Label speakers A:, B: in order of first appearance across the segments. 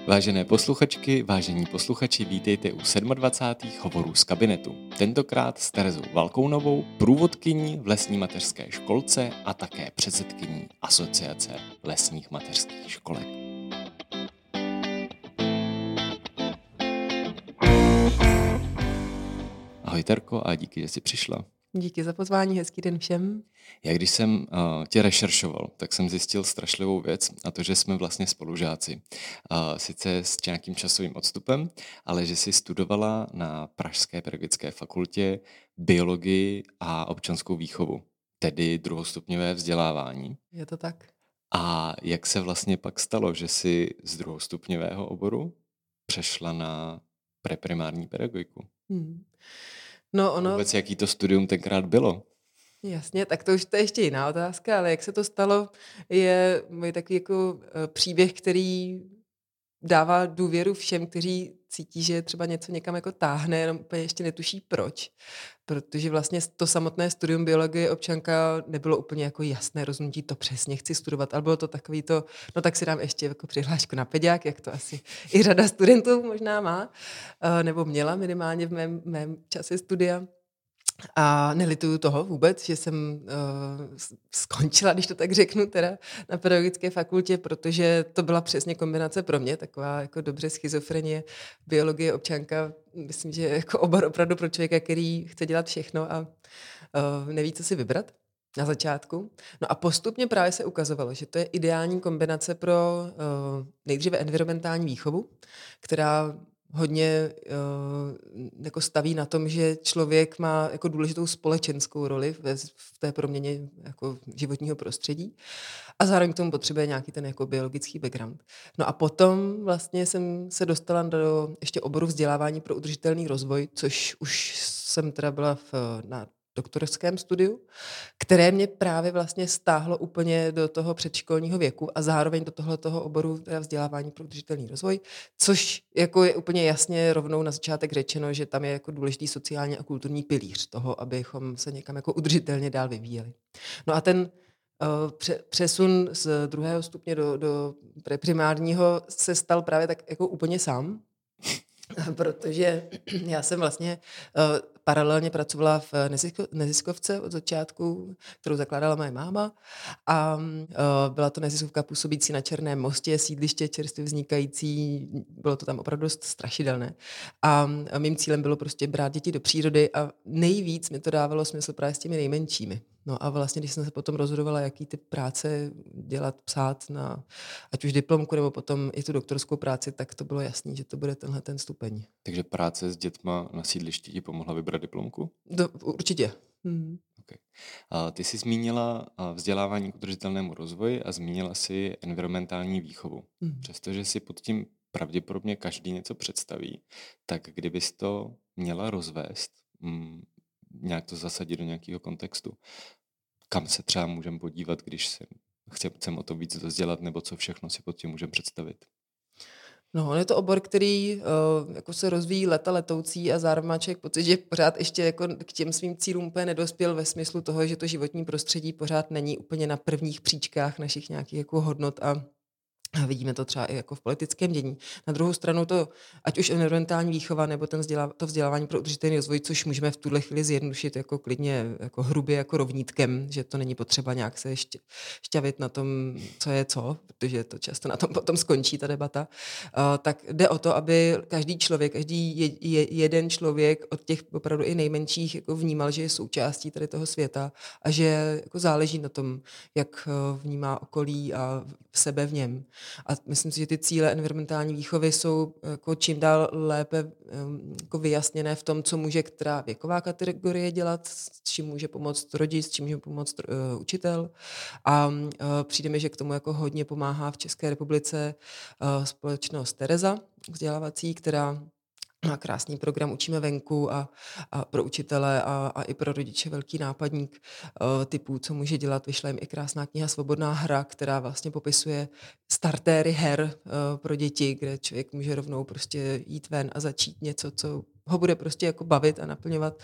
A: Vážené posluchačky, vážení posluchači, vítejte u 27. hovorů z kabinetu. Tentokrát s Terezou Valkounovou, průvodkyní v lesní mateřské školce a také předsedkyní Asociace lesních mateřských školek. Ahoj Terko a díky, že jsi přišla.
B: Díky za pozvání, hezký den všem.
A: Já když jsem tě rešeršoval, tak jsem zjistil strašlivou věc, a to, že jsme vlastně spolužáci. Sice s nějakým časovým odstupem, ale že jsi studovala na Pražské pedagogické fakultě biologii a občanskou výchovu, tedy druhostupňové vzdělávání.
B: Je to tak.
A: A jak se vlastně pak stalo, že jsi z druhostupňového oboru přešla na preprimární pedagogiku?
B: No
A: Vůbec jaký to studium tenkrát bylo?
B: Jasně, tak to už to je ještě jiná otázka, ale jak se to stalo, je můj takový jako příběh, který dává důvěru všem, kteří cítí, že třeba něco někam jako táhne, jenom úplně ještě netuší proč. Protože vlastně to samotné studium biologie občanka nebylo úplně jako jasné rozhodnutí, to přesně chci studovat, ale bylo to takový to, no tak si dám ještě jako přihlášku na pediák, jak to asi i řada studentů možná má, nebo měla minimálně v mém čase studia. A nelituju toho vůbec, že jsem skončila, když to tak řeknu, teda na pedagogické fakultě, protože to byla přesně kombinace pro mě, taková jako dobře schizofrenie, biologie, občanka, myslím, že jako obor opravdu pro člověka, který chce dělat všechno a neví, co si vybrat na začátku. No a postupně právě se ukazovalo, že to je ideální kombinace pro nejdříve environmentální výchovu, která hodně jako staví na tom, že člověk má jako důležitou společenskou roli v té proměně jako životního prostředí a zároveň k tomu potřebuje nějaký ten jako biologický background. No a potom vlastně jsem se dostala do ještě oboru vzdělávání pro udržitelný rozvoj, což už jsem teda byla na doktorském studiu, které mě právě vlastně stáhlo úplně do toho předškolního věku a zároveň do tohoto oboru teda vzdělávání pro udržitelný rozvoj, což jako je úplně jasně rovnou na začátek řečeno, že tam je jako důležitý sociální a kulturní pilíř toho, abychom se někam jako udržitelně dál vyvíjeli. No a ten přesun z druhého stupně do primárního se stal právě tak jako úplně sám, protože já jsem vlastně paralelně pracovala v neziskovce od začátku, kterou zakládala moje máma a byla to neziskovka působící na Černém mostě, sídliště čerstvě vznikající, bylo to tam opravdu strašidelné. A mým cílem bylo prostě brát děti do přírody a nejvíc mi to dávalo smysl právě s těmi nejmenšími. No a vlastně, když jsem se potom rozhodovala, jaký typ práce dělat, psát na ať už diplomku, nebo potom i tu doktorskou práci, tak to bylo jasný, že to bude tenhle ten stupeň.
A: Takže práce s dětma na sídlišti ti pomohla vybrat diplomku?
B: Určitě.
A: Okay. Ty jsi zmínila vzdělávání k udržitelnému rozvoji a zmínila si environmentální výchovu. Přestože si pod tím pravděpodobně každý něco představí, tak kdybys to měla rozvést, nějak to zasadit do nějakého kontextu, kam se třeba můžeme podívat, když se chceme o to víc dozdělat, nebo co všechno si pod tím můžeme představit?
B: No, je to obor, který jako se rozvíjí leta letoucí a zároveň má člověk pocit, že pořád ještě jako k těm svým cílům úplně nedospěl ve smyslu toho, že to životní prostředí pořád není úplně na prvních příčkách našich nějakých jako hodnot a vidíme to třeba i jako v politickém dění. Na druhou stranu to, ať už environmentální výchova nebo to vzdělávání pro udržitelný rozvoj, což můžeme v tuhle chvíli zjednodušit jako klidně jako hrubě jako rovnítkem, že to není potřeba nějak se šťavit na tom, co je co, protože to často na tom potom skončí ta debata. Tak jde o to, aby každý člověk, každý jeden člověk od těch opravdu i nejmenších jako vnímal, že je součástí tady toho světa a že jako záleží na tom, jak vnímá okolí a sebe v něm. A myslím si, že ty cíle environmentální výchovy jsou jako čím dál lépe jako vyjasněné v tom, co může která věková kategorie dělat, s čím může pomoct rodič, s čím může pomoct učitel. A přijde mi, že k tomu jako hodně pomáhá v České republice společnost Tereza vzdělávací, která má krásný program Učíme venku a pro učitele a i pro rodiče velký nápadník typů, co může dělat. Vyšla jim i krásná kniha Svobodná hra, která vlastně popisuje startéry her pro děti, kde člověk může rovnou prostě jít ven a začít něco, co ho bude prostě jako bavit a naplňovat.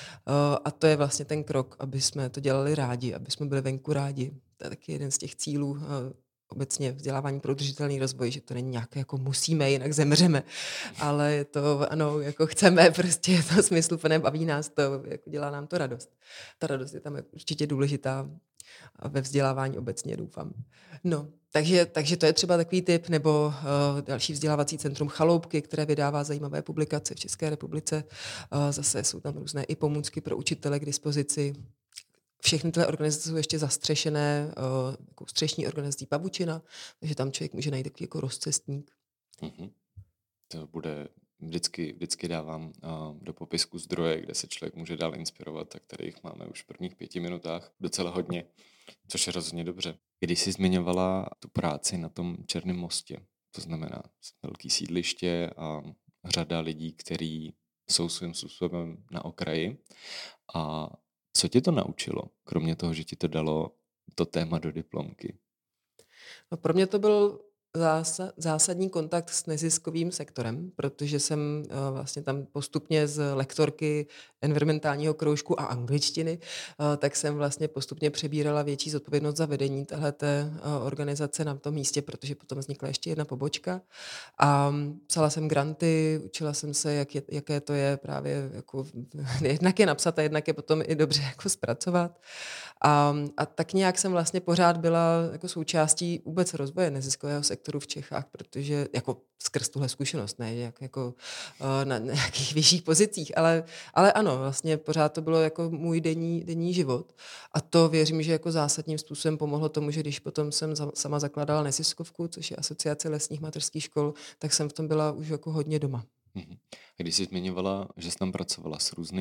B: A to je vlastně ten krok, aby jsme to dělali rádi, aby jsme byli venku rádi. To je taky jeden z těch cílů obecně vzdělávání pro udržitelný rozvoj, že to není nějaké jako musíme, jinak zemřeme, ale je to ano, jako chceme, prostě je to smysluplné, baví nás to, jako dělá nám to radost. Ta radost je tam určitě důležitá a ve vzdělávání obecně doufám. No, takže to je třeba takový tip, nebo další vzdělávací centrum Chaloupky, které vydává zajímavé publikace v České republice. Zase jsou tam různé i pomůcky pro učitele k dispozici. Všechny tyhle organizace jsou ještě zastřešené jako střešní organizací Pavučina, takže tam člověk může najít takový jako rozcestník.
A: Mm-hmm. To bude, vždycky dávám do popisku zdroje, kde se člověk může dál inspirovat, tak tady jich máme už v prvních 5 minutách docela hodně, což je rozhodně dobře. Když jsi zmiňovala tu práci na tom Černém mostě, to znamená velký sídliště a řada lidí, kteří jsou svým způsobem na okraji. A co tě to naučilo, kromě toho, že ti to dalo to téma do diplomky?
B: No, pro mě to byl zásadní kontakt s neziskovým sektorem, protože jsem vlastně tam postupně z lektorky environmentálního kroužku a angličtiny, tak jsem vlastně postupně přebírala větší zodpovědnost za vedení téhleté organizace na tom místě, protože potom vznikla ještě jedna pobočka. A psala jsem granty, učila jsem se, jaké to je právě jako, jednak je napsat a jednak je potom i dobře jako zpracovat. A tak nějak jsem vlastně pořád byla jako součástí vůbec rozvoje neziskového sektoru v Čechách, protože jako skrz tuhle zkušenost, ne jako na nějakých vyšších pozicích, ale ano, vlastně pořád to bylo jako můj denní život. A to věřím, že jako zásadním způsobem pomohlo tomu, že když potom jsem sama zakládala neziskovku, což je Asociace lesních mateřských škol, tak jsem v tom byla už jako hodně doma.
A: Mhm. Když jsi zmiňovala, že jsi tam pracovala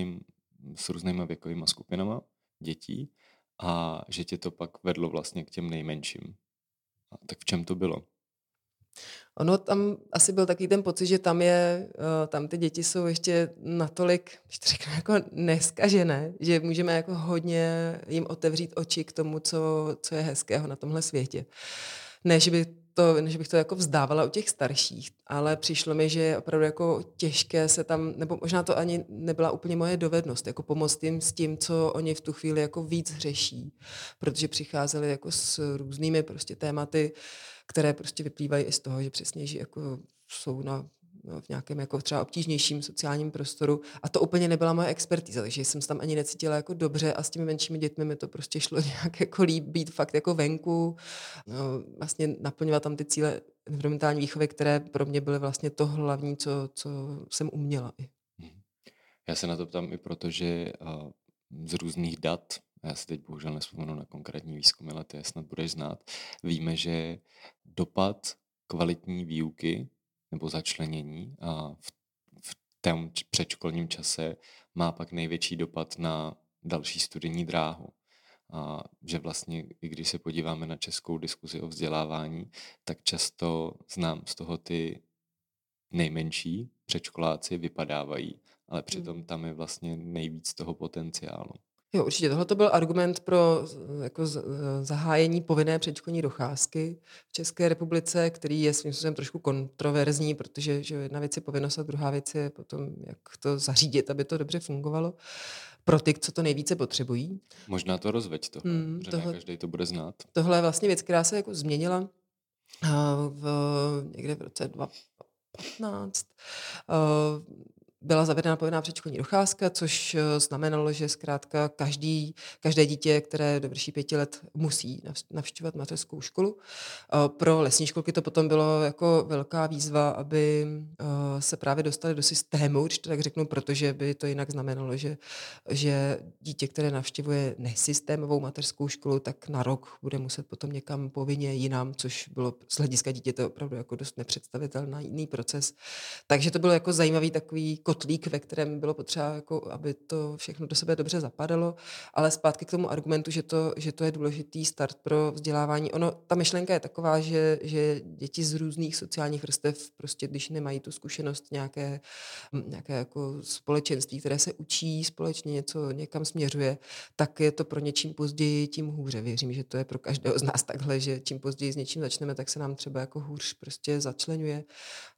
A: s různýma věkovýma skupinama dětí a že tě to pak vedlo vlastně k těm nejmenším. Tak v čem to bylo?
B: Ono tam asi byl takový ten pocit, že tam ty děti jsou ještě natolik, když to řeknu, jako neskažené, že můžeme jako hodně jim otevřít oči k tomu, co je hezkého na tomhle světě. Ne, že bych to jako vzdávala u těch starších, ale přišlo mi, že je opravdu jako těžké se tam, nebo možná to ani nebyla úplně moje dovednost, jako pomoct jim s tím, co oni v tu chvíli jako víc řeší, protože přicházeli jako s různými prostě tématy, které prostě vyplývají i z toho, že přesně, že jako jsou v nějakém jako třeba obtížnějším sociálním prostoru a to úplně nebyla moje expertíza, takže jsem se tam ani necítila jako dobře a s těmi menšími dětmi mi to prostě šlo nějak jako líp být fakt jako venku, vlastně naplňovat tam ty cíle environmentální výchovy, které pro mě byly vlastně to hlavní, co jsem uměla.
A: Já se na to ptám i proto, že z různých dat, já si teď bohužel nevzpomenu na konkrétní výzkumy, ale ty je snad budeš znát, víme, že dopad kvalitní výuky nebo začlenění v tom předškolním čase má pak největší dopad na další studijní dráhu. A že vlastně, i když se podíváme na českou diskuzi o vzdělávání, tak často znám z toho ty nejmenší předškoláci vypadávají, ale přitom tam je vlastně nejvíc toho potenciálu.
B: Jo, určitě. Tohle to byl argument pro jako zahájení povinné předškolní docházky v České republice, který je svým způsobem trošku kontroverzní, protože že jedna věc je povinnost a druhá věc je potom, jak to zařídit, aby to dobře fungovalo pro ty, co to nejvíce potřebují.
A: Možná to rozveď tohle, že ne každý to bude znát.
B: Tohle je vlastně věc, která se jako změnila někde v roce 2015. Byla zavedena povinná předškolní docházka, což znamenalo, že zkrátka každé dítě, které dovrší 5 let, musí navštěvovat mateřskou školu. Pro lesní školky to potom bylo jako velká výzva, aby se právě dostali do systému, když to tak řeknu, protože by to jinak znamenalo, že dítě, které navštěvuje nesystémovou mateřskou školu, tak na rok bude muset potom někam povinně jinam, což bylo z hlediska dítěte opravdu jako dost nepředstavitelný proces. Takže to bylo jako zajímavý takový kotlík, ve kterém bylo potřeba, jako, aby to všechno do sebe dobře zapadalo, ale zpátky k tomu argumentu, že to je důležitý start pro vzdělávání. Ta myšlenka je taková, že děti z různých sociálních vrstev, prostě když nemají tu zkušenost nějaké jako společenství, které se učí společně něco někam směřuje, tak je to pro ně čím později, tím hůře. Věřím, že to je pro každého z nás takhle, že čím později s něčím začneme, tak se nám třeba jako hůř prostě začleňuje.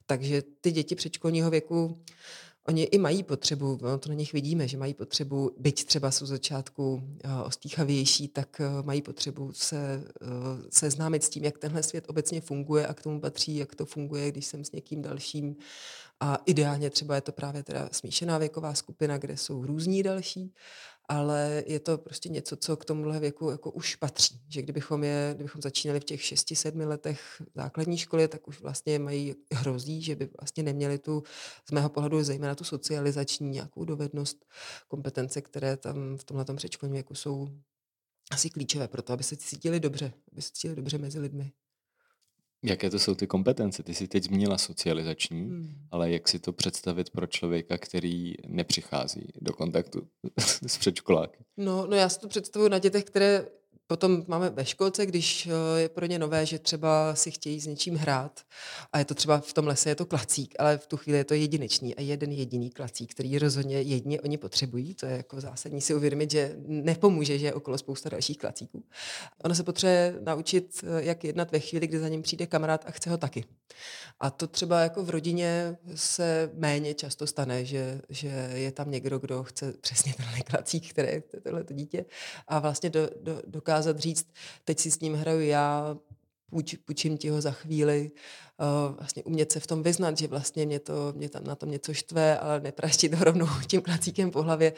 B: Takže ty děti předškolního věku, oni i mají potřebu, no to na nich vidíme, že mají potřebu, byť třeba jsou začátku ostýchavější, tak mají potřebu se seznámit s tím, jak tenhle svět obecně funguje a k tomu patří, jak to funguje, když jsem s někým dalším. A ideálně třeba je to právě teda smíšená věková skupina, kde jsou různí další, ale je to prostě něco, co k tomuhle věku jako už patří. Že kdybychom začínali v těch 6-7 letech základní školy, tak už vlastně hrozí, že by vlastně neměli z mého pohledu zejména tu socializační nějakou dovednost, kompetence, které tam v tomhletom předškolním věku jsou asi klíčové pro to, aby se cítili dobře mezi lidmi.
A: Jaké to jsou ty kompetence? Ty jsi teď zmínila socializační, ale jak si to představit pro člověka, který nepřichází do kontaktu s předškoláky?
B: No já si to představuji na dětech, které potom máme ve školce, když je pro ně nové, že třeba si chtějí s něčím hrát a je to třeba v tom lese je to klacík, ale v tu chvíli je to jedinečný a jeden jediný klacík, který rozhodně jedině oni potřebují. To je jako zásadní si uvědomit, že nepomůže, že je okolo spousta dalších klacíků. Ono se potřebuje naučit, jak jednat ve chvíli, kdy za ním přijde kamarád a chce ho taky. A to třeba jako v rodině se méně často stane, že je tam někdo, kdo chce přesně tenhle klacík, které je tohleto dítě a vlastně dokázat říct, teď si s ním hraju já, půjčím ti ho za chvíli, vlastně umět se v tom vyznat, že vlastně mě tam na tom něco štve, ale nepraštit ho rovnou tím klacíkem po hlavě.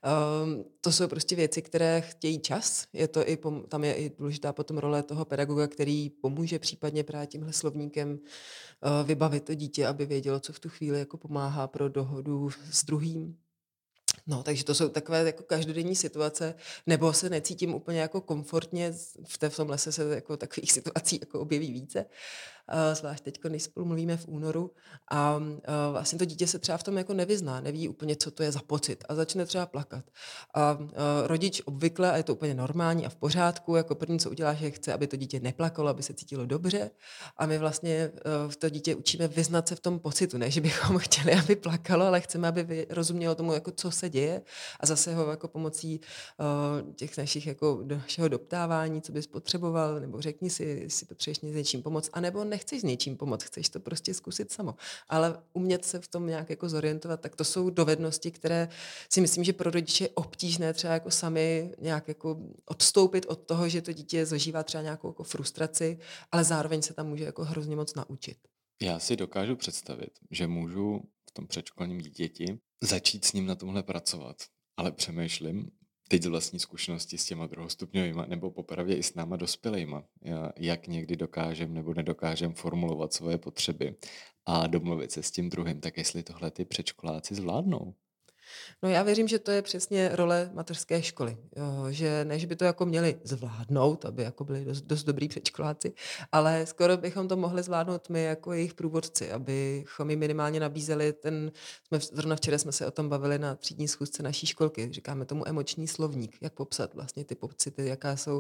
B: To jsou prostě věci, které chtějí čas. Tam je i důležitá potom role toho pedagoga, který pomůže případně právě tímhle slovníkem vybavit to dítě, aby vědělo, co v tu chvíli jako pomáhá pro dohodu s druhým. No, takže to jsou takové jako každodenní situace, nebo se necítím úplně jako komfortně, v tom lese se jako takových situací jako objeví více, zvlášť teď, když spolu mluvíme v únoru a vlastně to dítě se třeba v tom jako nevyzná, neví úplně, co to je za pocit a začne třeba plakat. A rodič obvykle, a je to úplně normální a v pořádku, jako první, co udělá, že chce, aby to dítě neplakalo, aby se cítilo dobře a my vlastně to dítě učíme vyznat se v tom pocitu, ne, že bychom chtěli, aby plakalo, ale chceme, aby rozumělo tomu, jako co se děje a zase ho jako pomocí těch našeho doptávání, co bys potřeboval, nebo řekni si, jestli potřebuješ s něčím pomoct, anebo nechceš s něčím pomoct, chceš to prostě zkusit samo. Ale umět se v tom nějak jako zorientovat, tak to jsou dovednosti, které si myslím, že pro rodiče je obtížné třeba jako sami nějak jako odstoupit od toho, že to dítě zažívá třeba nějakou jako frustraci, ale zároveň se tam může jako hrozně moc naučit.
A: Já si dokážu představit, že můžu v tom předškolním dítěti začít s ním na tomhle pracovat, ale přemýšlím teď z vlastní zkušenosti s těma druhostupňovýma nebo popravdě i s náma dospělejma, jak někdy dokážem nebo nedokážem formulovat svoje potřeby a domluvit se s tím druhým, tak jestli tohle ty předškoláci zvládnou.
B: No já věřím, že to je přesně role mateřské školy, že než by to jako měli zvládnout, aby jako byli dost dobrý předškoláci, ale skoro bychom to mohli zvládnout my jako jejich průvodci, abychom jim minimálně nabízeli zrovna včera jsme se o tom bavili na třídní schůzce naší školky, říkáme tomu emoční slovník, jak popsat vlastně ty pocity, jaká jsou,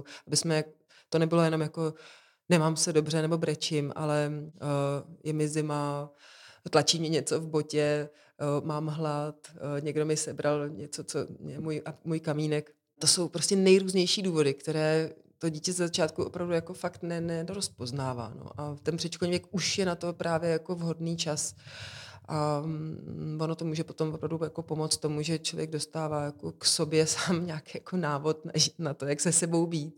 B: to nebylo jenom jako nemám se dobře nebo brečím, ale je mi zima, tlačí mě něco v botě, mám hlad, někdo mi sebral něco, co je můj kamínek. To jsou prostě nejrůznější důvody, které to dítě z začátku opravdu jako fakt nerozpoznává. No. A ten předškolní věk už je na to právě jako vhodný čas. A ono to může potom opravdu jako pomoct tomu, že člověk dostává jako k sobě sám nějaký jako návod na to, jak se sebou být.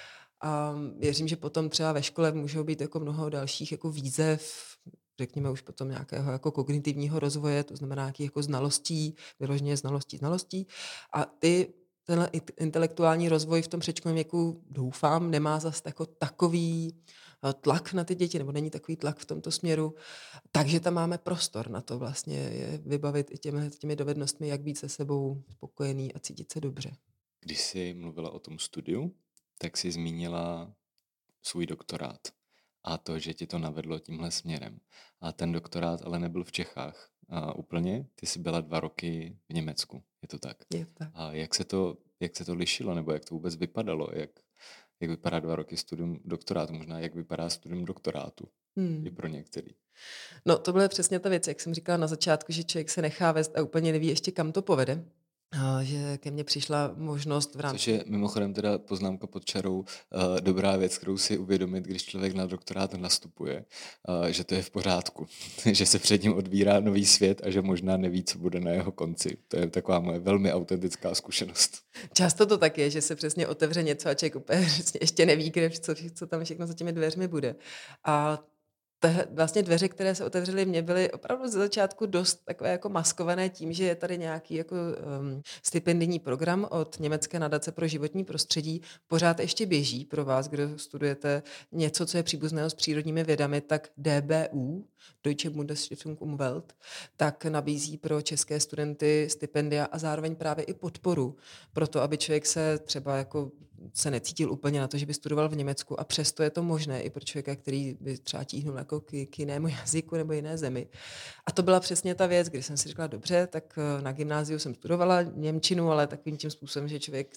B: A věřím, že potom třeba ve škole můžou být jako mnoho dalších jako výzev, řekněme už potom nějakého jako kognitivního rozvoje, to znamená nějakých jako znalostí, vyloženě znalostí. A tenhle intelektuální rozvoj v tom předškolním věku, doufám, nemá zase jako takový tlak na ty děti, nebo není takový tlak v tomto směru, takže tam máme prostor na to vlastně je vybavit i těmi dovednostmi, jak být se sebou spokojený a cítit se dobře.
A: Když jsi mluvila o tom studiu, tak jsi zmínila svůj doktorát a to, že ti to navedlo tímhle směrem. A ten doktorát ale nebyl v Čechách. Úplně, ty jsi byla 2 roky v Německu, je to tak?
B: Je tak.
A: A jak se to lišilo, nebo jak to vůbec vypadalo? Jak vypadá 2 roky studium doktorátu? Možná jak vypadá studium doktorátu i pro některý.
B: No to byla přesně ta věc, jak jsem říkala na začátku, že člověk se nechá vést a úplně neví ještě, kam to povede. že ke mně přišla možnost v
A: Což
B: rámci...
A: je mimochodem teda poznámka pod čarou, dobrá věc, kterou si uvědomit, když člověk na doktorát nastupuje, že to je v pořádku, že se před ním odvírá nový svět a že možná neví, co bude na jeho konci. To je taková moje velmi autentická zkušenost.
B: Často to tak je, že se přesně otevře něco a člověk úplně přesně ještě neví, co tam všechno za těmi dveřmi bude. A vlastně dveře, které se otevřely mně, byly opravdu ze začátku dost takové jako maskované tím, že je tady nějaký jako stipendijní program od Německé nadace pro životní prostředí. Pořád ještě běží pro vás, kdo studujete něco, co je příbuzného s přírodními vědami, tak DBU, Deutsche Bundesstiftung Umwelt, tak nabízí pro české studenty stipendia a zároveň právě i podporu pro to, aby člověk se třeba jako se necítil úplně na to, že by studoval v Německu a přesto je to možné i pro člověka, který by třeba tíhnul jako k jinému jazyku nebo jiné zemi. A to byla přesně ta věc, kdy jsem si řekla, dobře, tak na gymnáziu jsem studovala němčinu, ale takovým tím způsobem, že člověk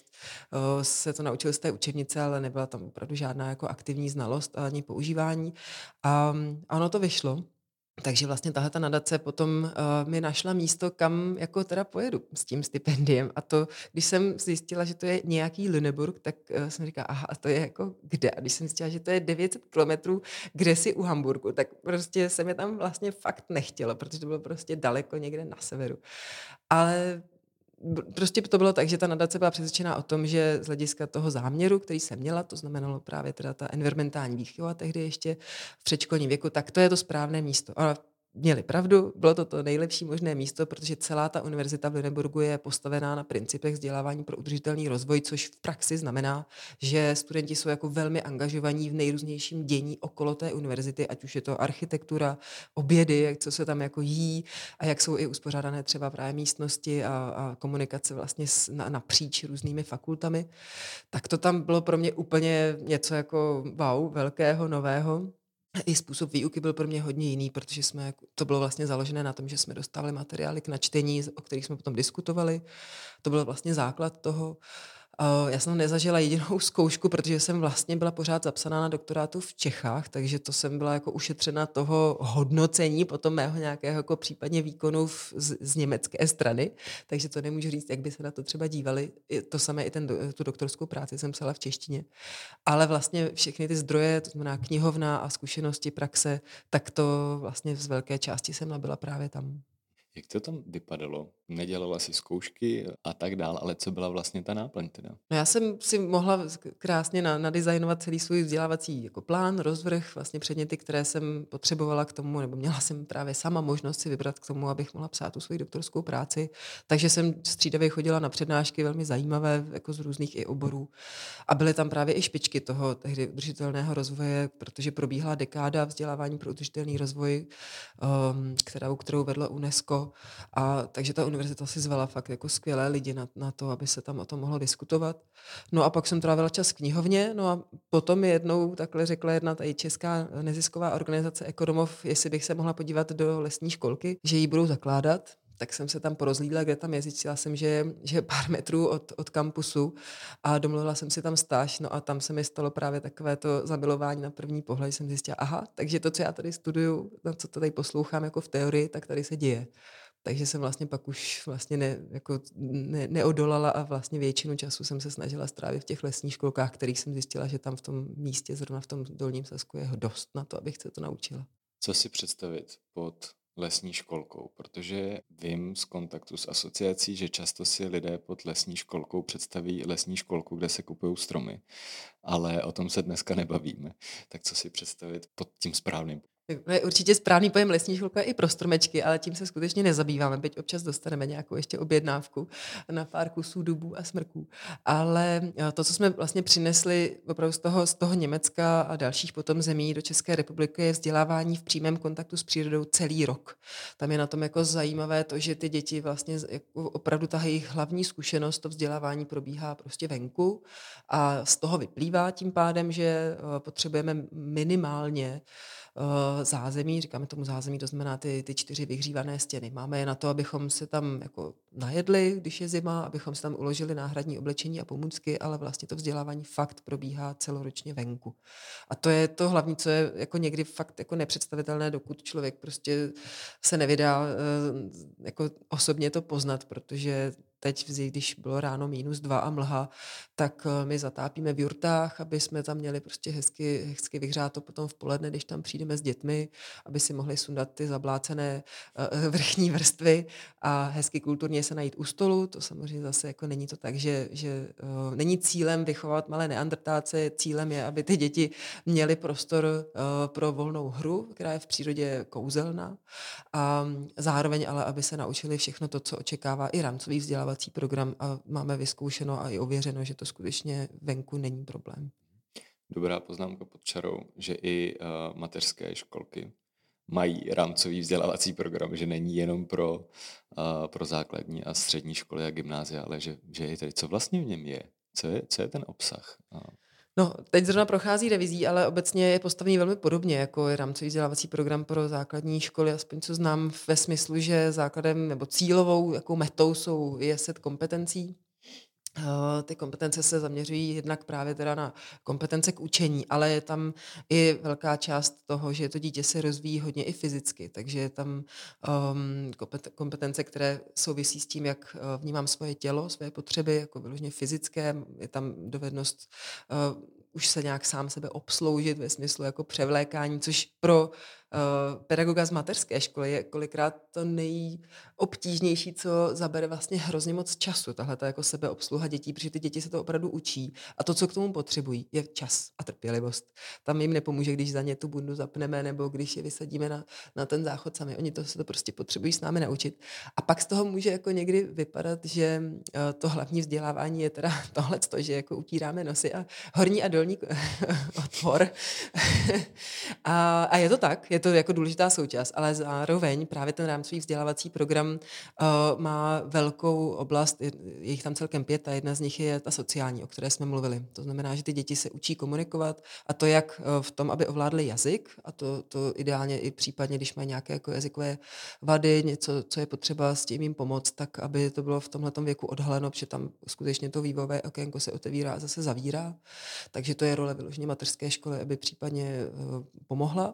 B: se to naučil z té učebnice, ale nebyla tam opravdu žádná jako aktivní znalost ani používání. A ono to vyšlo. Takže vlastně tahle ta nadace potom mi našla místo, kam jako teda pojedu s tím stipendiem. A to, když jsem zjistila, že to je nějaký Lüneburg, tak jsem říkala, aha, a to je jako kde? A když jsem zjistila, že to je 900 kilometrů kdesi u Hamburgu, tak prostě se mi tam vlastně fakt nechtělo, protože to bylo prostě daleko někde na severu. Ale prostě to bylo tak, že ta nadace byla přesvědčená o tom, že z hlediska toho záměru, který jsem měla, to znamenalo právě teda ta environmentální výchova tehdy ještě v předškolním věku, tak to je to správné místo. A měli pravdu, bylo to nejlepší možné místo, protože celá ta univerzita v Lüneburgu je postavená na principech vzdělávání pro udržitelný rozvoj, což v praxi znamená, že studenti jsou jako velmi angažovaní v nejrůznějším dění okolo té univerzity, ať už je to architektura, obědy, co se tam jako jí a jak jsou i uspořádané třeba právě místnosti a komunikace vlastně napříč různými fakultami. Tak to tam bylo pro mě úplně něco jako wow, velkého, nového. I způsob výuky byl pro mě hodně jiný, protože to bylo vlastně založené na tom, že jsme dostávali materiály k načtení, o kterých jsme potom diskutovali. To byl vlastně základ toho. Já jsem nezažila jedinou zkoušku, protože jsem vlastně byla pořád zapsaná na doktorátu v Čechách, takže to jsem byla jako ušetřena toho hodnocení potom mého nějakého jako případně výkonu z německé strany, takže to nemůžu říct, jak by se na to třeba dívali. To samé i tu doktorskou práci jsem psala v češtině. Ale vlastně všechny ty zdroje, to znamená knihovna a zkušenosti praxe, tak to vlastně z velké části jsem nabyla právě tam.
A: Jak to tam vypadalo? Nedělala si zkoušky a tak dál, ale co byla vlastně ta náplň teda?
B: No já jsem si mohla krásně nadizajnovat celý svůj vzdělávací jako plán, rozvrh, vlastně předměty, které jsem potřebovala k tomu, nebo měla jsem právě sama možnost si vybrat k tomu, abych mohla psát tu svoji doktorskou práci. Takže jsem střídavě chodila na přednášky velmi zajímavé, jako z různých i oborů. A byly tam právě i špičky toho tehdy udržitelného rozvoje, protože probíhala dekáda vzdělávání pro udržitelný rozvoj, kterou vedla UNESCO. A takže ta univerzita si zvala fakt jako skvělé lidi na to, aby se tam o tom mohlo diskutovat. No a pak jsem trávila čas v knihovně, no a potom mi jednou takhle řekla jedna tady česká nezisková organizace Ekodomov, jestli bych se mohla podívat do lesní školky, že ji budou zakládat. Tak jsem se tam porozlídla, kde tam je. Zjistila jsem, že je pár metrů od kampusu a domluvila jsem si tam stáž. No a tam se mi stalo právě takové to zamilování na první pohled. Jsem zjistila, aha, takže to, co já tady studuju, na co to tady poslouchám jako v teorii, tak tady se děje. Takže jsem vlastně pak už vlastně neodolala a vlastně většinu času jsem se snažila strávit v těch lesních školkách, kterých jsem zjistila, že tam v tom místě, zrovna v tom Dolním Sasku, je dost na to, abych se to naučila.
A: Co si představit pod lesní školkou? Protože vím z kontaktu s asociací, že často si lidé pod lesní školkou představí lesní školku, kde se kupují stromy, ale o tom se dneska nebavíme. Tak co si představit pod tím správným?
B: Je určitě správný pojem lesní školka i pro stromečky, ale tím se skutečně nezabýváme, byť občas dostaneme nějakou ještě objednávku na pár kusů dubů a smrků. Ale to, co jsme vlastně přinesli opravdu z toho Německa a dalších potom zemí do České republiky, je vzdělávání v přímém kontaktu s přírodou celý rok. Tam je na tom jako zajímavé to, že ty děti vlastně jako opravdu ta jejich hlavní zkušenost, to vzdělávání probíhá prostě venku a z toho vyplývá tím pádem, že potřebujeme minimálně zázemí, říkáme tomu zázemí, to znamená ty 4 vyhřívané stěny. Máme je na to, abychom se tam jako najedli, když je zima, abychom se tam uložili náhradní oblečení a pomůcky, ale vlastně to vzdělávání fakt probíhá celoročně venku. A to je to hlavní, co je jako někdy fakt jako nepředstavitelné, dokud člověk prostě se nevydá jako osobně to poznat, protože teď, když bylo ráno -2 a mlha, tak my zatápíme v jurtách, aby jsme tam měli prostě hezky vyhřáto potom v poledne, když tam přijdeme s dětmi, aby si mohli sundat ty zablácené vrchní vrstvy a hezky kulturně se najít u stolu. To samozřejmě zase jako není to tak, že není cílem vychovat malé neandrtáce, cílem je, aby ty děti měly prostor pro volnou hru, která je v přírodě kouzelná, a zároveň ale, aby se naučili všechno to, co očekává i rámcový vzdělávací program, a máme vyzkoušeno a i ověřeno, že to skutečně venku není problém.
A: Dobrá poznámka pod čarou, že i mateřské školky mají rámcový vzdělávací program, že není jenom pro základní a střední školy a gymnázia, ale že je tady, co vlastně v něm je, co je ten obsah.
B: No, teď zrovna prochází revizí, ale obecně je postavený velmi podobně, jako je rámcový vzdělávací program pro základní školy, aspoň co znám, ve smyslu, že základem nebo cílovou jakou metou je set kompetencí. Ty kompetence se zaměřují jednak právě teda na kompetence k učení, ale je tam i velká část toho, že to dítě se rozvíjí hodně i fyzicky, takže je tam kompetence, které souvisí s tím, jak vnímám svoje tělo, své potřeby, jako vyloženě fyzické, je tam dovednost už se nějak sám sebe obsloužit ve smyslu jako převlékání, což pro pedagoga z mateřské školy je kolikrát to nejobtížnější, co zabere vlastně hrozně moc času, tahle jako sebeobsluha dětí, protože ty děti se to opravdu učí a to, co k tomu potřebují, je čas a trpělivost. Tam jim nepomůže, když za ně tu bundu zapneme nebo když je vysadíme na ten záchod sami. Oni se to prostě potřebují s námi naučit. A pak z toho může jako někdy vypadat, že to hlavní vzdělávání je teda tohleto, že jako utíráme nosy a horní a dolní otvor. A je to tak, je to jako důležitá součást, ale zároveň právě ten rámcový vzdělávací program má velkou oblast, je jich tam celkem 5 a jedna z nich je ta sociální, o které jsme mluvili. To znamená, že ty děti se učí komunikovat a to jak v tom, aby ovládli jazyk, a to ideálně i případně, když mají nějaké jako jazykové vady, něco, co je potřeba s tím jim pomoct, tak aby to bylo v tomhletom věku odhaleno, protože tam skutečně to vývojové okénko se otevírá a zase zavírá. Takže to je role vyloženě mateřské školy, aby případně pomohla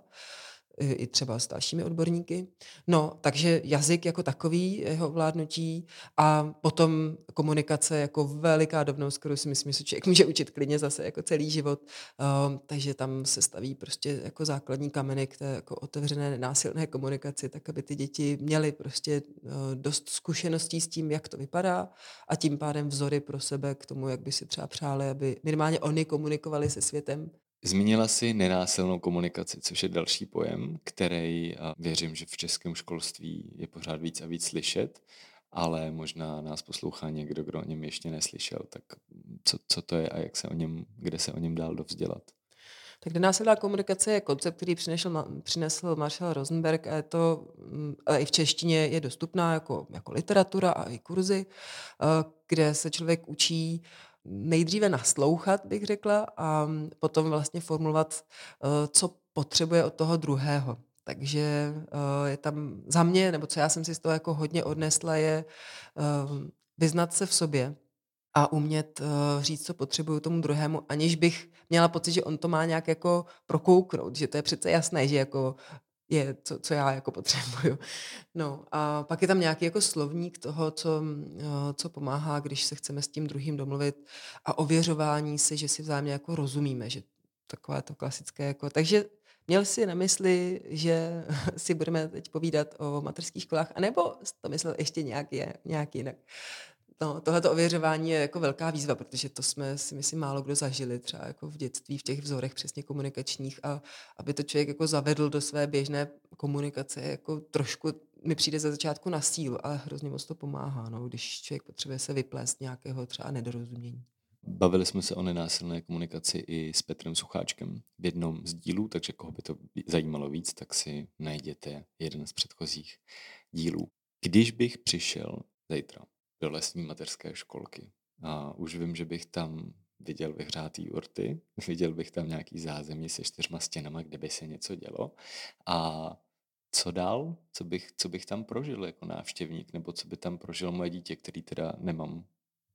B: i třeba s dalšími odborníky. No, takže jazyk jako takový, jeho ovládnutí a potom komunikace jako veliká dovnost, kterou si myslím, že se člověk může učit klidně zase jako celý život. Takže tam se staví prostě jako základní kameny k té jako otevřené, nenásilné komunikaci, tak aby ty děti měly prostě dost zkušeností s tím, jak to vypadá a tím pádem vzory pro sebe k tomu, jak by si třeba přáli, aby minimálně oni komunikovali se světem.
A: Zmínila jsi nenásilnou komunikaci, což je další pojem, který věřím, že v českém školství je pořád víc a víc slyšet, ale možná nás poslouchá někdo, kdo o něm ještě neslyšel. Tak co to je a kde se o něm dál dovzdělat?
B: Tak nenásilná komunikace je koncept, který přinesl Marshall Rosenberg a je to a i v češtině je dostupná jako literatura a i kurzy, kde se člověk učí nejdříve naslouchat, bych řekla, a potom vlastně formulovat, co potřebuje od toho druhého. Takže je tam za mě, nebo co já jsem si z toho jako hodně odnesla, je vyznat se v sobě a umět říct, co potřebuju tomu druhému, aniž bych měla pocit, že on to má nějak jako prokouknout, že to je přece jasné, že jako je, co já jako potřebuju. No a pak je tam nějaký jako slovník toho, co pomáhá, když se chceme s tím druhým domluvit a ověřování si, že si vzájemně jako rozumíme, že takové to klasické jako, takže měl jsi na mysli, že si budeme teď povídat o mateřských školách, anebo jsi to myslel ještě nějak jinak? No, tohleto ověřování je jako velká výzva, protože to jsme si myslím málo kdo zažili třeba jako v dětství, v těch vzorech přesně komunikačních, a aby to člověk jako zavedl do své běžné komunikace, jako trošku mi přijde ze začátku na sílu, ale hrozně moc to pomáhá, no, když člověk potřebuje se vyplést nějakého třeba nedorozumění.
A: Bavili jsme se o nenásilné komunikaci i s Petrem Sucháčkem v jednom z dílů, takže koho by to zajímalo víc, tak si najděte jeden z předchozích dílů. Když bych přišel zítra do lesní mateřské školky a už vím, že bych tam viděl vyhřátý urty, viděl bych tam nějaký zázemí se 4 stěnama, kde by se něco dělo, a co dál? Co bych tam prožil jako návštěvník, nebo co by tam prožil moje dítě, který teda nemám?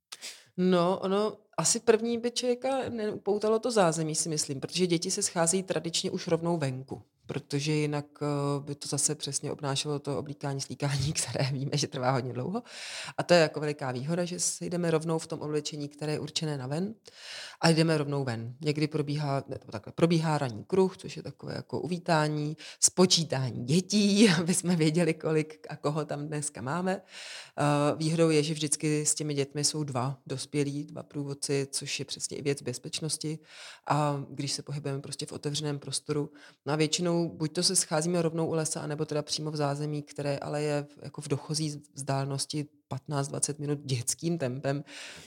B: No, ono asi první by člověka neupoutalo to zázemí, si myslím, protože děti se scházejí tradičně už rovnou venku. protože jinak by to zase přesně obnášelo to oblíkání, slíkání, které víme, že trvá hodně dlouho. A to je jako veliká výhoda, že si jdeme rovnou v tom oblečení, které je určené na ven a jdeme rovnou ven. Někdy probíhá ranní kruh, což je takové jako uvítání, spočítání dětí, aby jsme věděli, kolik a koho tam dneska máme. Výhodou je, že vždycky s těmi dětmi jsou dva dospělí, dva průvodci, což je přesně i věc bezpečnosti. A když se pohybujeme prostě v otevřeném prostoru, no a většinou buď to se scházíme rovnou u lesa, anebo teda přímo v zázemí, které ale je jako v dochozí vzdálenosti 15-20 minut dětským tempem.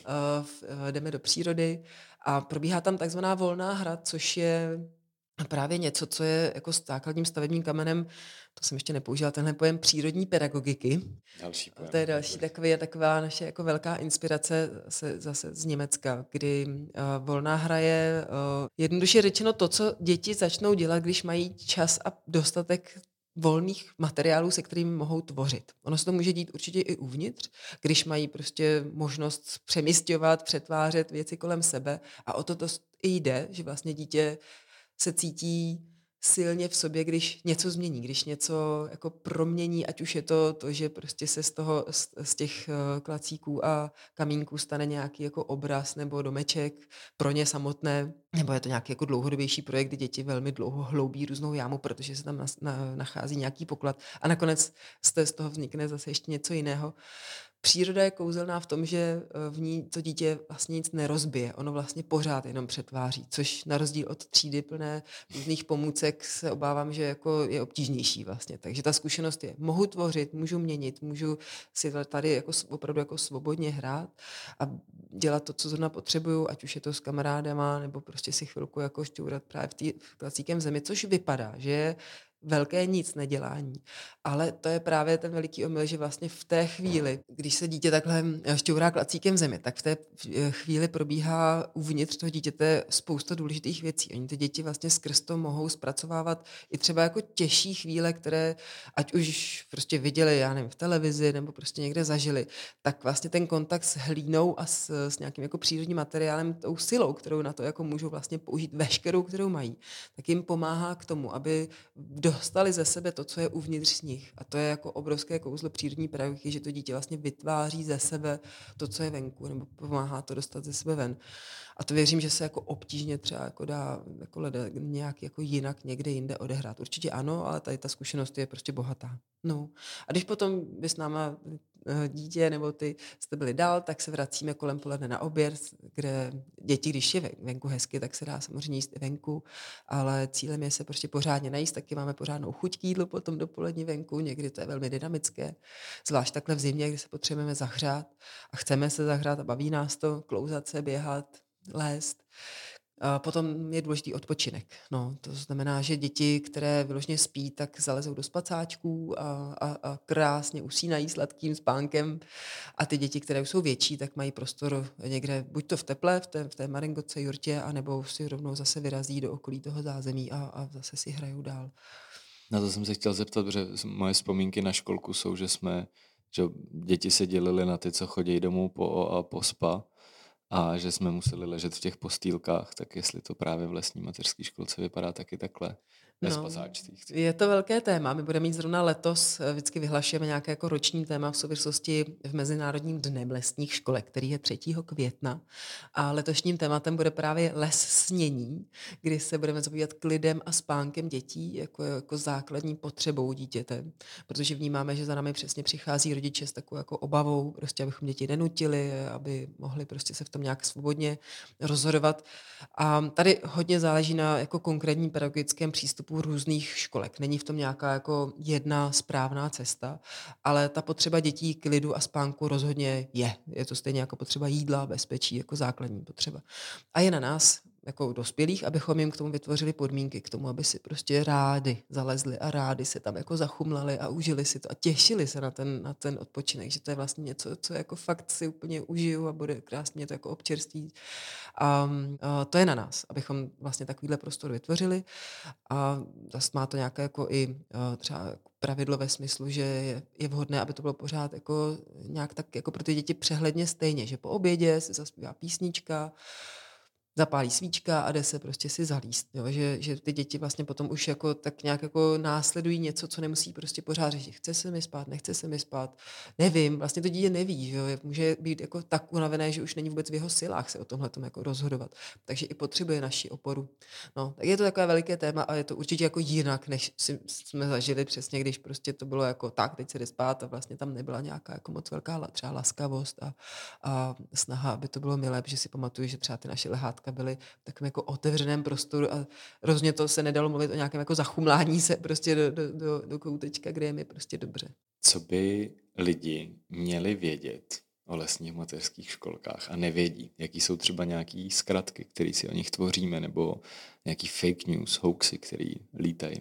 B: Jdeme do přírody a probíhá tam takzvaná volná hra, což je právě něco, co je jako základním stavebním kamenem, to jsem ještě nepoužila, tenhle pojem přírodní pedagogiky.
A: Další pojem.
B: To je další taková naše jako velká inspirace zase z Německa, kdy volná hra je jednoduše řečeno to, co děti začnou dělat, když mají čas a dostatek volných materiálů, se kterými mohou tvořit. Ono se to může dít určitě i uvnitř, když mají prostě možnost přemísťovat, přetvářet věci kolem sebe a o to i jde, že vlastně dítě se cítí silně v sobě, když něco změní, když něco jako promění, ať už je to, že prostě se z těch klacíků a kamínků stane nějaký jako obraz nebo domeček pro ně samotné, nebo je to nějaký jako dlouhodobější projekt, kdy děti velmi dlouho hloubí různou jámu, protože se tam nachází nějaký poklad a nakonec z toho vznikne zase ještě něco jiného. Příroda je kouzelná v tom, že v ní to dítě vlastně nic nerozbije. Ono vlastně pořád jenom přetváří, což na rozdíl od třídy plné různých pomůcek se obávám, že jako je obtížnější vlastně. Takže ta zkušenost je, mohu tvořit, můžu měnit, můžu si tady jako opravdu jako svobodně hrát a dělat to, co zrovna potřebuju, ať už je to s kamarádama, nebo prostě si chvilku jako šťourat právě v klacíkem zemi, což vypadá, že je velké nic nedělání. Ale to je právě ten veliký omyl, že vlastně v té chvíli, když se dítě takhle šťourá klacíkem v zemi, tak v té chvíli probíhá uvnitř toho dítěte spousta důležitých věcí. Oni ty děti vlastně skrz to mohou zpracovávat i třeba jako těžší chvíle, které ať už prostě viděli, já nevím, v televizi nebo prostě někde zažili, tak vlastně ten kontakt s hlínou a s nějakým jako přírodním materiálem, tou silou, kterou na to jako můžou vlastně použít veškerou, kterou mají, tak jim pomáhá k tomu, aby dostali ze sebe to, co je uvnitř nich. A to je jako obrovské kouzlo přírodní pedagogiky, že to dítě vlastně vytváří ze sebe to, co je venku, nebo pomáhá to dostat ze sebe ven. A to věřím, že se jako obtížně třeba jako dá jako nějak jako jinak někde jinde odehrát. Určitě ano, ale tady ta zkušenost je prostě bohatá. No. A když potom by s náma dítě nebo ty jste byli dál, tak se vracíme kolem poledne na oběd, kde děti, když je venku hezky, tak se dá samozřejmě jíst i venku, ale cílem je se prostě pořádně najíst, taky máme pořádnou chuť k jídlu potom dopolední venku, někdy to je velmi dynamické, zvlášť takhle v zimě, kdy se potřebujeme zahřát a chceme se zahřát a baví nás to, klouzat se, běhat, lézt. A potom je důležitý odpočinek. No, to znamená, že děti, které vyloženě spí, tak zalezou do spacáčků a krásně usínají sladkým spánkem. A ty děti, které už jsou větší, tak mají prostor někde, buď to v teple, v té maringotce, jurtě, anebo si rovnou zase vyrazí do okolí toho zázemí a zase si hrajou dál.
A: Na to jsem se chtěl zeptat, protože moje vzpomínky na školku jsou, že děti se dělily na ty, co chodí domů po spa, a že jsme museli ležet v těch postýlkách, tak jestli to právě v lesní mateřské školce vypadá taky takhle.
B: No, je to velké téma. My budeme mít zrovna letos, vždycky vyhlašujeme nějaké jako roční téma v souvislosti v Mezinárodním dnem lesních školek, který je 3. května. A letošním tématem bude právě les snění, kdy se budeme zabývat klidem a spánkem dětí jako základní potřebou dítěte. Protože vnímáme, že za námi přesně přichází rodiče s takovou jako obavou, prostě abychom děti nenutili, aby mohli prostě se v tom nějak svobodně rozhodovat. A tady hodně záleží na jako konkrétním pedagogickém přístupu různých školek. Není v tom nějaká jako jedna správná cesta, ale ta potřeba dětí k klidu a spánku rozhodně je. Je to stejně jako potřeba jídla, bezpečí, jako základní potřeba. A je na nás, jako dospělých, abychom jim k tomu vytvořili podmínky, k tomu, aby si prostě rádi zalezli a rádi se tam jako zachumlali a užili si to a těšili se na ten odpočinek, že to je vlastně něco, co jako fakt si úplně užiju a bude krásně to jako občerství. A to je na nás, abychom vlastně takovýhle prostor vytvořili a zase má to nějaké jako i třeba pravidlo ve smyslu, že je vhodné, aby to bylo pořád jako nějak tak jako pro ty děti přehledně stejně, že po obědě se zaspívá písnička, zapálí svíčka a jde se prostě si zalíst. Jo? Že ty děti vlastně potom už jako tak nějak jako následují něco, co nemusí prostě pořád řešit. Chce se mi spát, nechce se mi spát, nevím, vlastně to dítě neví, že jo? Může být jako tak unavené, že už není vůbec v jeho silách se o tomhle jako rozhodovat. Takže i potřebuje naši oporu. No, tak je to takové veliké téma a je to určitě jako jinak, než jsme zažili přesně, když prostě to bylo jako tak, teď se jde spát a vlastně tam nebyla nějaká jako moc velká třeba laskavost a snaha, aby to bylo milé, protože si pamatuju, že třeba ty naše lehátka byly v takovém jako otevřeném prostoru a rozhodně to se nedalo mluvit o nějakém jako zachumlání se prostě do koutečka, kde je mi prostě dobře.
A: Co by lidi měli vědět o lesních mateřských školkách a nevědí? Jaký jsou třeba nějaký zkratky, které si o nich tvoříme, nebo nějaký fake news, hoaxy, které lítají?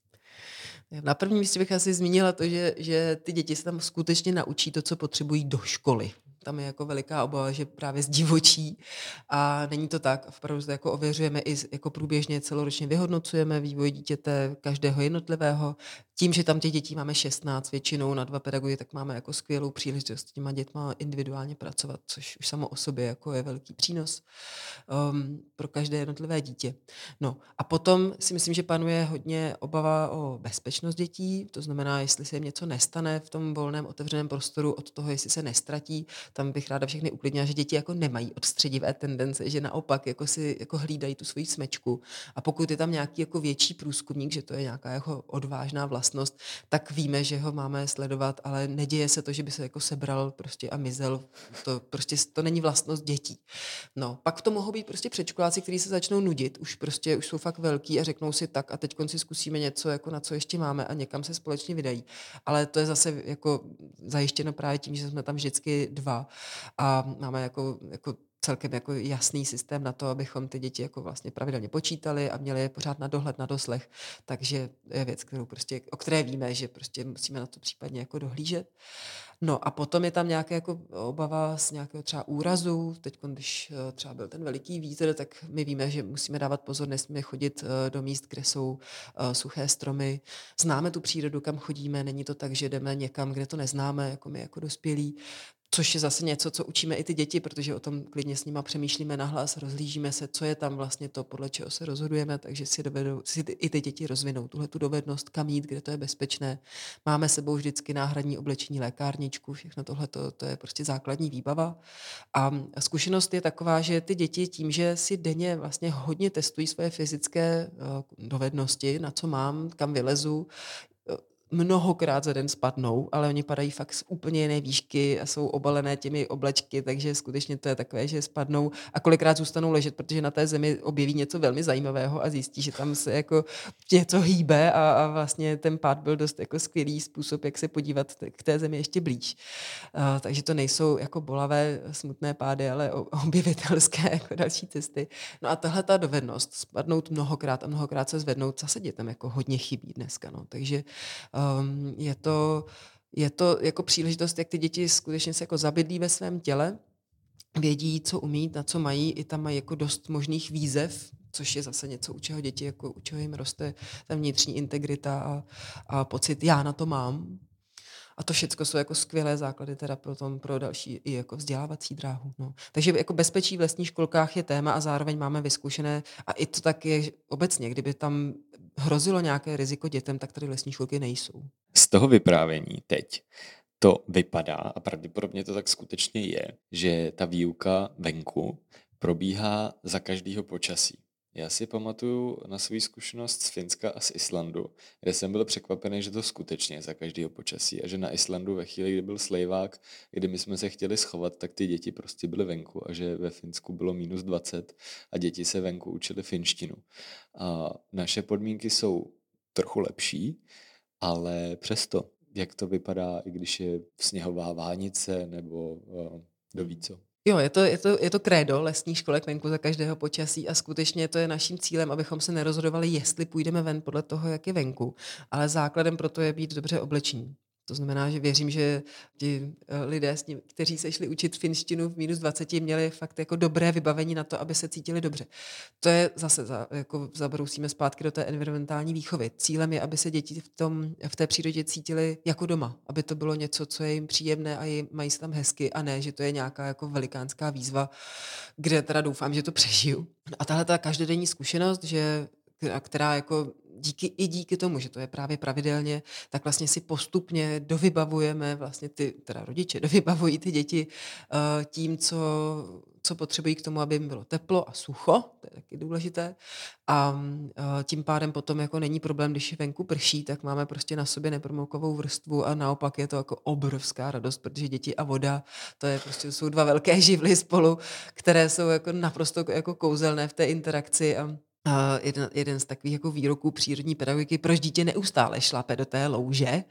B: Na prvním místě bych asi zmínila to, že ty děti se tam skutečně naučí to, co potřebují do školy. Tam je jako veliká obava, že právě zdivočí a není to tak. Opravdu to jako ověřujeme i jako průběžně celoročně vyhodnocujeme vývoj dítěte každého jednotlivého. Tím, že tam těch dětí máme 16 většinou na 2 pedagogy, tak máme jako skvělou příležitost s těma dětma individuálně pracovat, což už samo o sobě jako je velký přínos pro každé jednotlivé dítě. No a potom si myslím, že panuje hodně obava o bezpečnost dětí, to znamená, jestli se jim něco nestane v tom volném otevřeném prostoru od toho, jestli se nestratí, tam bych ráda všechny uklidnila, že děti jako nemají odstředivé tendence, že naopak jako si jako hlídají tu svoji smečku a pokud je tam nějaký jako větší průzkumník, že to je nějaká jako odvážná vlastnost, tak víme, že ho máme sledovat, ale neděje se to, že by se jako sebral prostě a mizel. To prostě to není vlastnost dětí. No, pak to mohou být prostě předškoláci, kteří se začnou nudit, už jsou fakt velký a řeknou si tak a teď si zkusíme něco, jako na co ještě máme a někam se společně vydají. Ale to je zase jako zajištěno právě tím, že jsme tam vždycky 2 a máme jako celkem jako jasný systém na to, abychom ty děti jako vlastně pravidelně počítali a měli je pořád na dohled, na doslech. Takže je věc, o které víme, že prostě musíme na to případně jako dohlížet. No a potom je tam nějaká jako obava z nějakého třeba úrazu. Teď, když třeba byl ten veliký vítr, tak my víme, že musíme dávat pozor, nesmíme chodit do míst, kde jsou suché stromy. Známe tu přírodu, kam chodíme, není to tak, že jdeme někam, kde to neznáme, jako my jako dospělí. Což je zase něco, co učíme i ty děti, protože o tom klidně s nima přemýšlíme nahlas, rozhlížíme se, co je tam vlastně to, podle čeho se rozhodujeme, takže si i ty děti rozvinou tuhletu dovednost, kam jít, kde to je bezpečné. Máme sebou vždycky náhradní oblečení, lékárničku, všechno tohle, to je prostě základní výbava. A zkušenost je taková, že ty děti tím, že si denně vlastně hodně testují svoje fyzické dovednosti, na co mám, kam vylezu, mnohokrát za den spadnou, ale oni padají fakt z úplně jiné výšky a jsou obalené těmi oblečky, takže skutečně to je takové, že spadnou a kolikrát zůstanou ležet, protože na té zemi objeví něco velmi zajímavého a zjistí, že tam se jako něco hýbe a vlastně ten pád byl dost jako skvělý způsob, jak se podívat k té zemi ještě blíž. Takže to nejsou jako bolavé, smutné pády, ale objevitelské jako další cesty. No a tahle ta dovednost spadnout mnohokrát a mnohokrát se zvednout zase dětem jako hodně chybí dneska. No. Takže je to jako příležitost, jak ty děti skutečně se jako zabydlí ve svém těle, vědí, co umí, na co mají, i tam mají jako dost možných výzev, což je zase něco, u čeho děti, jako u čeho jim roste ta vnitřní integrita a pocit, já na to mám. A to všechno jsou jako skvělé základy teda pro další i jako vzdělávací dráhu. No. Takže jako bezpečí v lesních školkách je téma a zároveň máme vyzkoušené, a i to tak je obecně, kdyby tam hrozilo nějaké riziko dětem, tak tady lesní školky nejsou.
A: Z toho vyprávění teď to vypadá, a pravděpodobně to tak skutečně je, že ta výuka venku probíhá za každého počasí. Já si pamatuju na svou zkušenost z Finska a z Islandu, kde jsem byl překvapený, že to skutečně je za každého počasí a že na Islandu ve chvíli, kdy byl slejvák, kdy my jsme se chtěli schovat, tak ty děti prostě byly venku a že ve Finsku bylo -20 a děti se venku učili finštinu. A naše podmínky jsou trochu lepší, ale přesto, jak to vypadá, i když je sněhová vánice nebo kdo ví co.
B: Jo, je to krédo lesních školek venku za každého počasí a skutečně to je naším cílem, abychom se nerozhodovali, jestli půjdeme ven podle toho, jak je venku, ale základem pro to je být dobře oblečení. To znamená, že věřím, že ti lidé, kteří se šli učit finštinu v -20, měli fakt jako dobré vybavení na to, aby se cítili dobře. To je zase, jako zabrousíme zpátky do té environmentální výchovy. Cílem je, aby se děti v té přírodě cítily jako doma, aby to bylo něco, co je jim příjemné a mají se tam hezky, a ne, že to je nějaká jako velikánská výzva, kde teda doufám, že to přežiju. A tahle ta každodenní zkušenost, která jako díky tomu, že to je právě pravidelně, tak vlastně si postupně dovybavujeme, vlastně teda rodiče dovybavují ty děti tím, co potřebují k tomu, aby jim bylo teplo a sucho, to je taky důležité. A tím pádem potom jako není problém, když venku prší, tak máme prostě na sobě nepromoukovou vrstvu a naopak je to jako obrovská radost, protože děti a voda, to jsou dva velké živly spolu, které jsou jako naprosto jako kouzelné v té interakci. A jeden z takových jako výroků přírodní pedagogiky, proč dítě neustále šlape do té louže.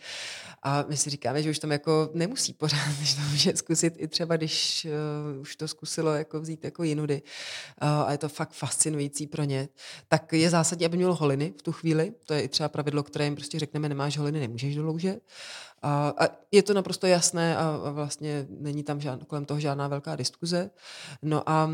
B: A my si říkáme, že už tam jako nemusí pořád, že to může zkusit i třeba, když už to zkusilo jako vzít jako jinudy. A je to fakt fascinující pro ně. Tak je zásadní, aby mělo holiny v tu chvíli. To je i třeba pravidlo, které jim prostě řekneme, nemáš holiny, nemůžeš do louže. A je to naprosto jasné a vlastně není tam kolem toho žádná velká diskuze. No a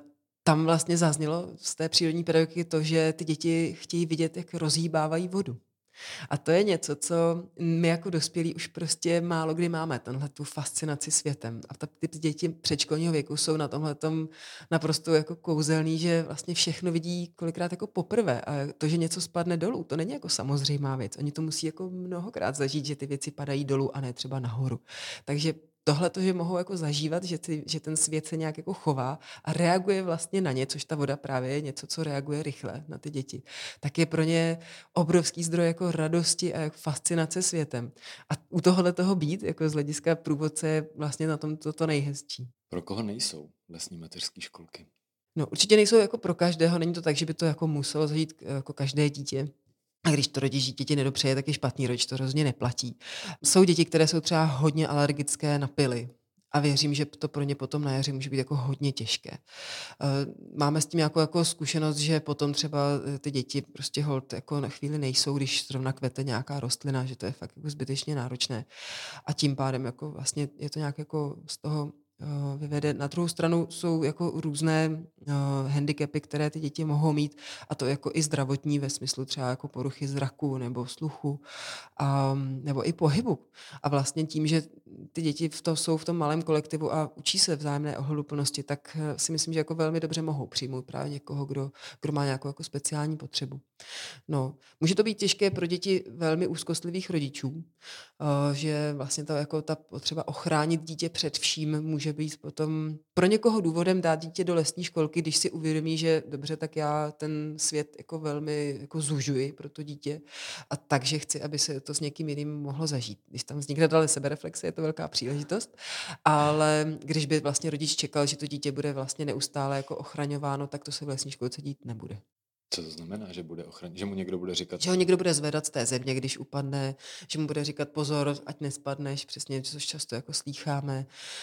B: tam vlastně zaznělo z té přírodní pedagogiky to, že ty děti chtějí vidět, jak rozhýbávají vodu. A to je něco, co my jako dospělí už prostě málo kdy máme, tu fascinaci světem. A ty děti předškolního věku jsou na tomhletom naprosto jako kouzelný, že vlastně všechno vidí kolikrát jako poprvé. A to, že něco spadne dolů, to není jako samozřejmá věc. Oni to musí jako mnohokrát zažít, že ty věci padají dolů a ne třeba nahoru. Takže tohle to, že mohou jako zažívat, že ten svět se nějak jako chová a reaguje vlastně na ně, což ta voda právě je něco, co reaguje rychle na ty děti, tak je pro ně obrovský zdroj jako radosti a jako fascinace světem. A u toho být jako z hlediska průvodce je vlastně na tom to nejhezčí.
A: Pro koho nejsou lesní mateřské školky?
B: No, určitě nejsou jako pro každého, není to tak, že by to jako muselo zažít jako každé dítě. A když to rodič dítěti nedopřeje, tak je špatný, rodič to rozhodně neplatí. Jsou děti, které jsou třeba hodně alergické na pily. A věřím, že to pro ně potom na jaře může být jako hodně těžké. Máme s tím jako zkušenost, že potom třeba ty děti prostě holt jako na chvíli nejsou, když zrovna kvete nějaká rostlina, že to je fakt jako zbytečně náročné. A tím pádem jako vlastně je to nějak jako z toho vyvede. Na druhou stranu jsou jako různé handicapy, které ty děti mohou mít, a to jako i zdravotní ve smyslu třeba jako poruchy zraku nebo sluchu nebo i pohybu. A vlastně tím, že ty děti jsou v tom malém kolektivu a učí se vzájemné ohleduplnosti, tak si myslím, že jako velmi dobře mohou přijmout právě někoho, kdo má nějakou jako speciální potřebu. No, může to být těžké pro děti velmi úzkostlivých rodičů, že vlastně ta potřeba ochránit dítě před vším může být potom pro někoho důvodem dát dítě do lesní školky, když si uvědomí, že dobře, tak já ten svět jako velmi jako zužuji pro to dítě a takže chci, aby se to s někým jiným mohlo zažít. Když tam vznikne dále sebereflexe, je to velká příležitost, ale když by vlastně rodič čekal, že to dítě bude vlastně neustále jako ochraňováno, tak to se v lesní školce dít nebude.
A: Co to znamená, že bude že mu někdo bude říkat?
B: Že ho někdo bude zvedat z té země, když upadne, že mu bude říkat pozor, ať nespadneš, přesně, což často jako slýcháme,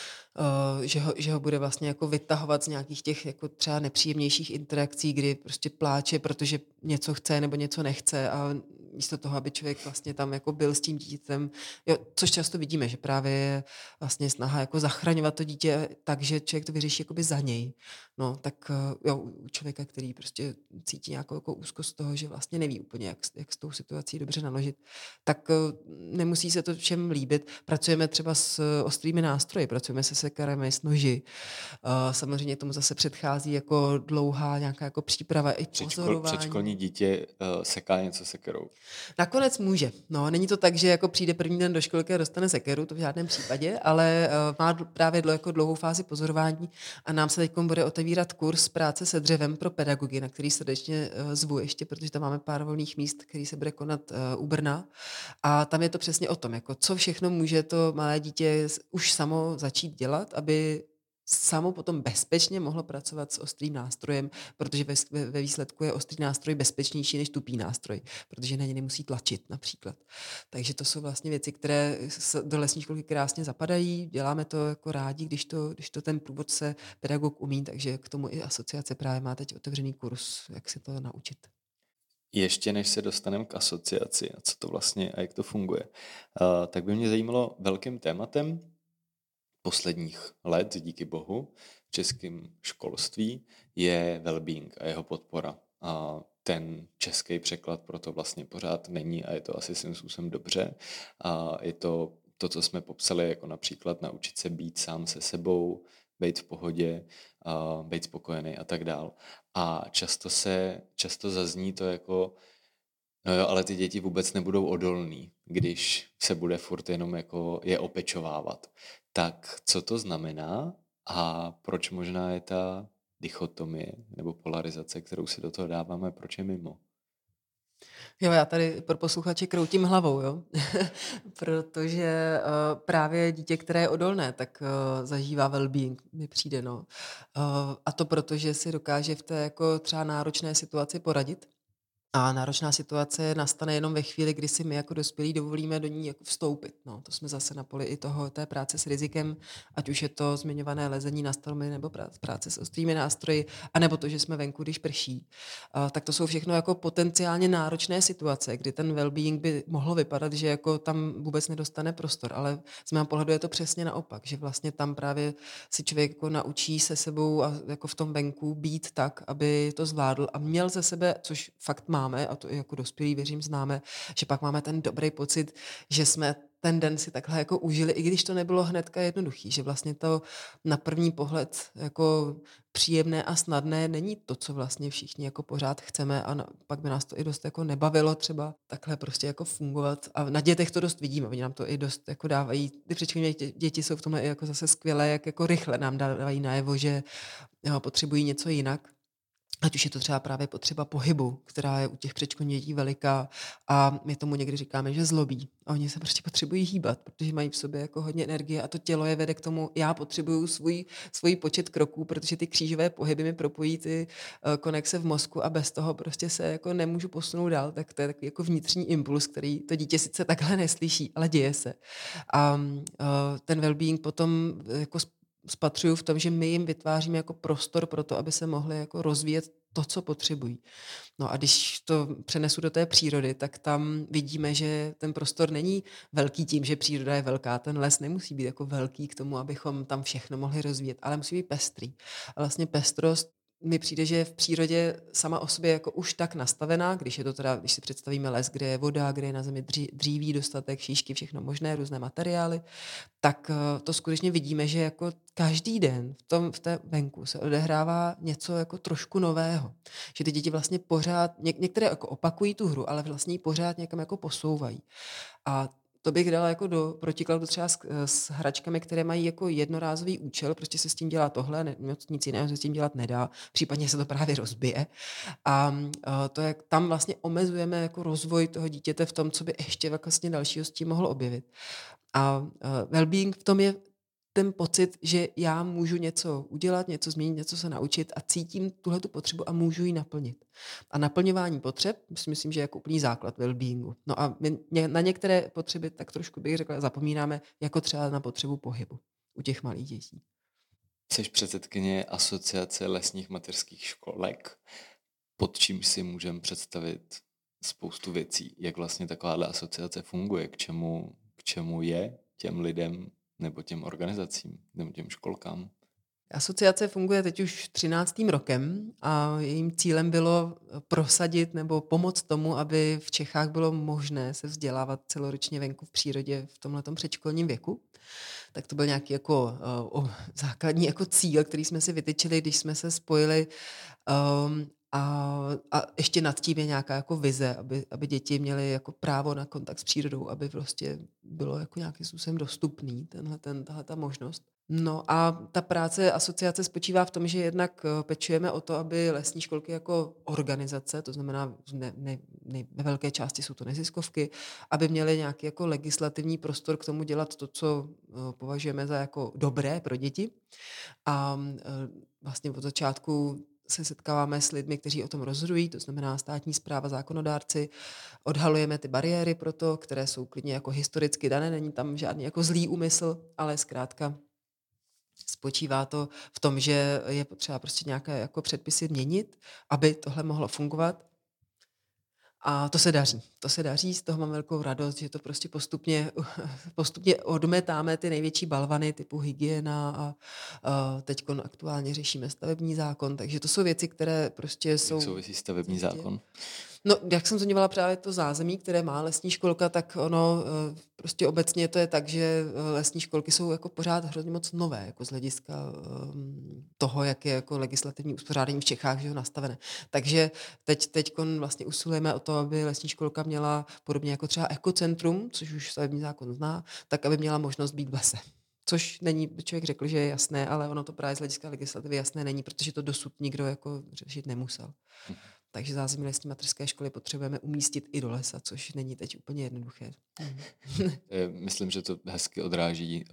B: že ho bude vlastně jako vytahovat z nějakých těch jako třeba nepříjemnějších interakcí, kdy prostě pláče, protože něco chce nebo něco nechce, a místo toho, aby člověk vlastně tam jako byl s tím dítětem, což často vidíme, že právě je vlastně snaha jako zachraňovat to dítě tak, že člověk to vyřeší jakoby za něj. No, tak u člověka, který prostě cítí nějakou jako úzkost z toho, že vlastně neví úplně, jak s tou situací dobře naložit, tak nemusí se to všem líbit. Pracujeme třeba s ostrými nástroji, pracujeme se sekerami, s noži. Samozřejmě tomu zase předchází jako dlouhá nějaká jako příprava i pozorování.
A: Předškolní dítě seká něco sekerou.
B: Nakonec může. No, není to tak, že jako přijde první den do školky a dostane sekeru, to v žádném případě, ale má právě jako dlouhou fázi pozorování a nám se teď bude otevírat kurz práce se dřevem pro pedagogy, na který srdečně zvu ještě, protože tam máme pár volných míst, který se bude konat u Brna. A tam je to přesně o tom, jako co všechno může to malé dítě už samo začít dělat, aby samo potom bezpečně mohlo pracovat s ostrým nástrojem, protože ve výsledku je ostrý nástroj bezpečnější než tupý nástroj, protože na ně nemusí tlačit například. Takže to jsou vlastně věci, které do lesní školky krásně zapadají. Děláme to jako rádi, když to ten průvodce pedagog umí, takže k tomu i asociace právě má teď otevřený kurz, jak se to naučit.
A: Ještě než se dostaneme k asociaci a co to vlastně a jak to funguje, tak by mě zajímalo velkým tématem posledních let, díky bohu, v českém školství je well-being a jeho podpora. A ten český překlad proto vlastně pořád není a je to asi svým způsobem dobře. A je to, co jsme popsali, jako například naučit se být sám se sebou, být v pohodě, být spokojený a tak dál. A často zazní to jako, no jo, ale ty děti vůbec nebudou odolný, když se bude furt jenom jako je opečovávat. Tak co to znamená a proč možná je ta dichotomie nebo polarizace, kterou si do toho dáváme, proč je mimo?
B: Jo, já tady pro posluchače kroutím hlavou, jo. Protože právě dítě, které je odolné, tak zažívá well-being, mi přijde, no. A to proto, že si dokáže v té jako třeba náročné situaci poradit. A náročná situace nastane jenom ve chvíli, kdy si my jako dospělí dovolíme do ní jako vstoupit. No, to jsme zase na poli i té práce s rizikem, ať už je to zmiňované lezení na stromy nebo práce s ostrými nástroji, anebo to, že jsme venku, když prší. Tak to jsou všechno jako potenciálně náročné situace, kdy ten well-being by mohlo vypadat, že jako tam vůbec nedostane prostor, ale z mého pohledu je to přesně naopak, že vlastně tam právě si člověk jako naučí se sebou a jako v tom venku být tak, aby to zvládl a měl ze sebe, což fakt máme, a to i jako dospělí věřím známe, že pak máme ten dobrý pocit, že jsme ten den si takhle jako užili, i když to nebylo hnedka jednoduchý, že vlastně to na první pohled jako příjemné a snadné není to, co vlastně všichni jako pořád chceme a pak by nás to i dost jako nebavilo třeba takhle prostě jako fungovat a na dětech to dost vidíme, oni nám to i dost jako dávají, ty předškolní děti jsou v tomhle i jako zase skvělé, jak jako rychle nám dávají najevo, že potřebují něco jinak. Ať už je to třeba právě potřeba pohybu, která je u těch předškolních dětí veliká a my tomu někdy říkáme, že zlobí. A oni se prostě potřebují hýbat, protože mají v sobě jako hodně energie a to tělo je vede k tomu, já potřebuju svůj počet kroků, protože ty křížové pohyby mi propojí ty konexe v mozku a bez toho prostě se jako nemůžu posunout dál, tak to je takový jako vnitřní impuls, který to dítě sice takhle neslyší, ale děje se. A ten well-being potom jako spatřuju v tom, že my jim vytváříme jako prostor pro to, aby se mohli jako rozvíjet to, co potřebují. No a když to přenesu do té přírody, tak tam vidíme, že ten prostor není velký tím, že příroda je velká. Ten les nemusí být jako velký k tomu, abychom tam všechno mohli rozvíjet, ale musí být pestrý. A vlastně pestrost mi přijde, že je v přírodě sama o sobě jako už tak nastavená, když je to teda, když si představíme les, kde je voda, kde je na zemi dříví, dostatek, šíšky, všechno možné, různé materiály, tak to skutečně vidíme, že jako každý den v té venku se odehrává něco jako trošku nového. Že ty děti vlastně pořád, některé jako opakují tu hru, ale vlastně ji pořád někam jako posouvají. A to bych dala jako do protikladu třeba s hračkami, které mají jako jednorázový účel, prostě se s tím dělá tohle, nic jiného se s tím dělat nedá, případně se to právě rozbije. A to je, tam vlastně omezujeme jako rozvoj toho dítěte v tom, co by ještě vlastně dalšího s tím mohlo objevit. A well-being v tom je ten pocit, že já můžu něco udělat, něco změnit, něco se naučit a cítím tuhletu potřebu a můžu ji naplnit. A naplňování potřeb, si myslím, že je jako úplný základ well-beingu. No a my na některé potřeby tak trošku bych řekla, zapomínáme, jako třeba na potřebu pohybu u těch malých dětí.
A: Jsi předsedkyně Asociace lesních mateřských školek, pod čím si můžeme představit spoustu věcí, jak vlastně takováhle asociace funguje, k čemu je těm lidem nebo těm organizacím nebo těm školkám.
B: Asociace funguje teď už 13. rokem a jejím cílem bylo prosadit nebo pomoct tomu, aby v Čechách bylo možné se vzdělávat celoročně venku v přírodě v tomhletom předškolním věku. Tak to byl nějaký jako základní jako cíl, který jsme si vytyčili, když jsme se spojili a ještě nad tím je nějaká jako vize, aby děti měly jako právo na kontakt s přírodou, aby prostě bylo jako nějakým způsobem dostupný tahle ta možnost. No a ta práce asociace spočívá v tom, že jednak pečujeme o to, aby lesní školky jako organizace, to znamená ve velké části jsou to neziskovky, aby měly nějaký jako legislativní prostor k tomu dělat to, co považujeme za jako dobré pro děti. A vlastně od začátku se setkáváme s lidmi, kteří o tom rozhodují, to znamená státní správa, zákonodárci, odhalujeme ty bariéry pro to, které jsou klidně jako historicky dané, není tam žádný jako zlý úmysl, ale zkrátka spočívá to v tom, že je potřeba prostě nějaké jako předpisy měnit, aby tohle mohlo fungovat. A to se daří, z toho mám velkou radost, že to prostě postupně odmetáme ty největší balvany typu hygiena a teď aktuálně řešíme stavební zákon, takže to jsou věci, které prostě
A: Jak
B: jsou...
A: souvisí stavební zákon?
B: No, jak jsem zmiňovala právě to zázemí, které má lesní školka, tak ono prostě obecně to je tak, že lesní školky jsou jako pořád hrozně moc nové, jako z hlediska toho, jak je jako legislativní uspořádání v Čechách, že ho nastavené. Takže teď vlastně usilujeme o to, aby lesní školka měla podobně jako třeba ekocentrum, což už stavební zákon zná, tak aby měla možnost být v lese. Což není, člověk řekl, že je jasné, ale ono to právě z hlediska legislativy jasné není, protože to dosud nikdo jako řešit nemusel. Takže zázemí lesní mateřské školy potřebujeme umístit i do lesa, což není teď úplně jednoduché.
A: Myslím, že to hezky odráží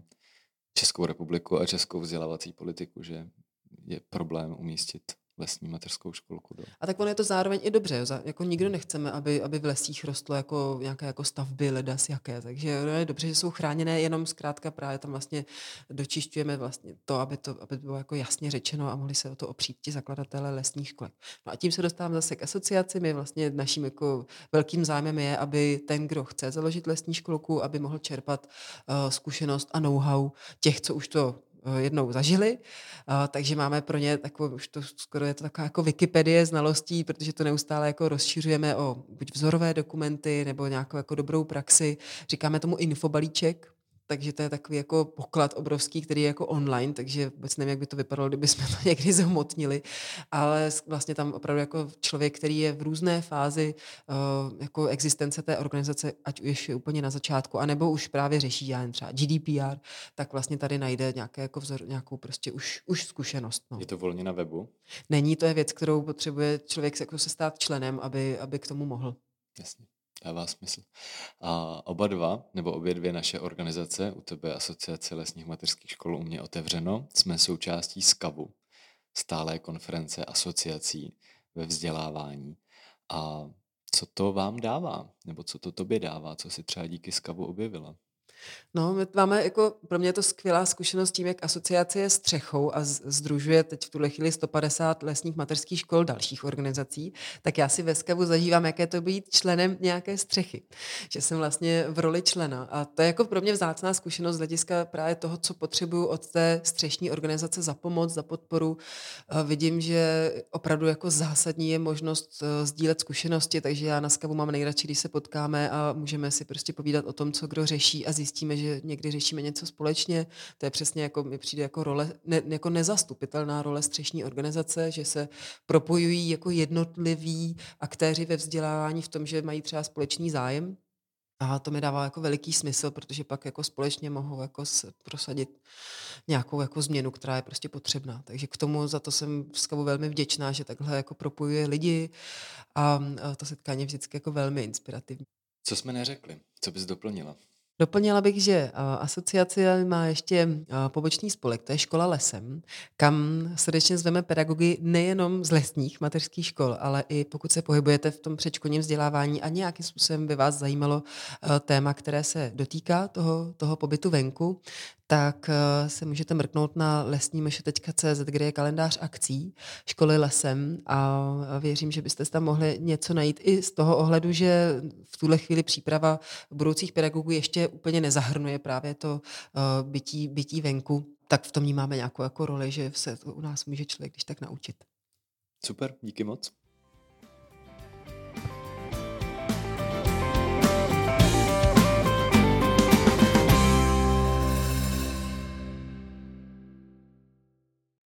A: Českou republiku a českou vzdělávací politiku, že je problém umístit lesní mateřskou školku.
B: A tak ono je to zároveň i dobře. Jako nikdo nechceme, aby v lesích rostlo jako nějaké jako stavby, ledas jaké. Takže je dobře, že jsou chráněné, jenom zkrátka právě tam vlastně dočišťujeme vlastně to, aby bylo jako jasně řečeno a mohli se o to opřít ti zakladatelé lesních školek. No a tím se dostávám zase k asociaci. My vlastně naším jako velkým zájmem je, aby ten, kdo chce založit lesní školku, aby mohl čerpat zkušenost a know-how těch, co už to jednou zažili, takže máme pro ně takovou, už to skoro je to taková jako Wikipedie znalostí, protože to neustále jako rozšiřujeme o buď vzorové dokumenty nebo nějakou jako dobrou praxi. Říkáme tomu infobalíček, takže to je takový jako poklad obrovský, který je jako online, takže vůbec nevím, jak by to vypadalo, kdyby jsme to někdy zhmotnili, ale vlastně tam opravdu jako člověk, který je v různé fázi jako existence té organizace, ať už je úplně na začátku, anebo už právě řeší, já jen třeba GDPR, tak vlastně tady najde nějaké jako vzor, nějakou prostě už zkušenost. No.
A: Je to volně na webu?
B: Není, to je věc, kterou potřebuje člověk jako se stát členem, aby k tomu mohl.
A: Jasně. Dává smysl. A obě dvě naše organizace, u tebe Asociace lesních mateřských škol, u mě Otevřeno, jsme součástí SKAVu, stálé konference asociací ve vzdělávání. A co to vám dává? Nebo co to tobě dává? Co si třeba díky SKAVu objevila?
B: No, my máme jako, pro mě je to skvělá zkušenost tím, jak asociace je střechou a sdružuje teď v tuhle chvíli 150 lesních mateřských škol dalších organizací, tak já si ve SKAVu zažívám, jaké to být členem nějaké střechy. Že jsem vlastně v roli člena. A to je jako pro mě vzácná zkušenost z hlediska právě toho, co potřebuju od té střešní organizace za pomoc, za podporu. Vidím, že opravdu jako zásadní je možnost sdílet zkušenosti, takže já na SKAVu mám nejradši, když se potkáme a můžeme si prostě povídat o tom, co kdo řeší a zjistíme, že někdy řešíme něco společně. To je přesně jako mi přijde jako role, jako nezastupitelná role střešní organizace, že se propojují jako jednotliví aktéři ve vzdělávání v tom, že mají třeba společný zájem. A to mi dává jako veliký smysl, protože pak jako společně mohou jako prosadit nějakou jako změnu, která je prostě potřebná. Takže k tomu za to jsem v SKAVu velmi vděčná, že takhle jako propojuje lidi a to setkání je vždycky jako velmi inspirativní.
A: Co jsme neřekli? Co bys doplnila?
B: Doplnila bych, že asociace má ještě pobočný spolek, to je Škola lesem, kam srdečně zveme pedagogy nejenom z lesních mateřských škol, ale i pokud se pohybujete v tom předškolním vzdělávání a nějakým způsobem by vás zajímalo téma, které se dotýká toho pobytu venku, tak se můžete mrknout na lesnímš.cz, kde je kalendář akcí Školy lesem a věřím, že byste tam mohli něco najít i z toho ohledu, že v tuhle chvíli příprava budoucích pedagogů ještě úplně nezahrnuje právě to bytí venku, tak v tom máme nějakou jako roli, že se u nás může člověk když tak naučit.
A: Super, díky moc.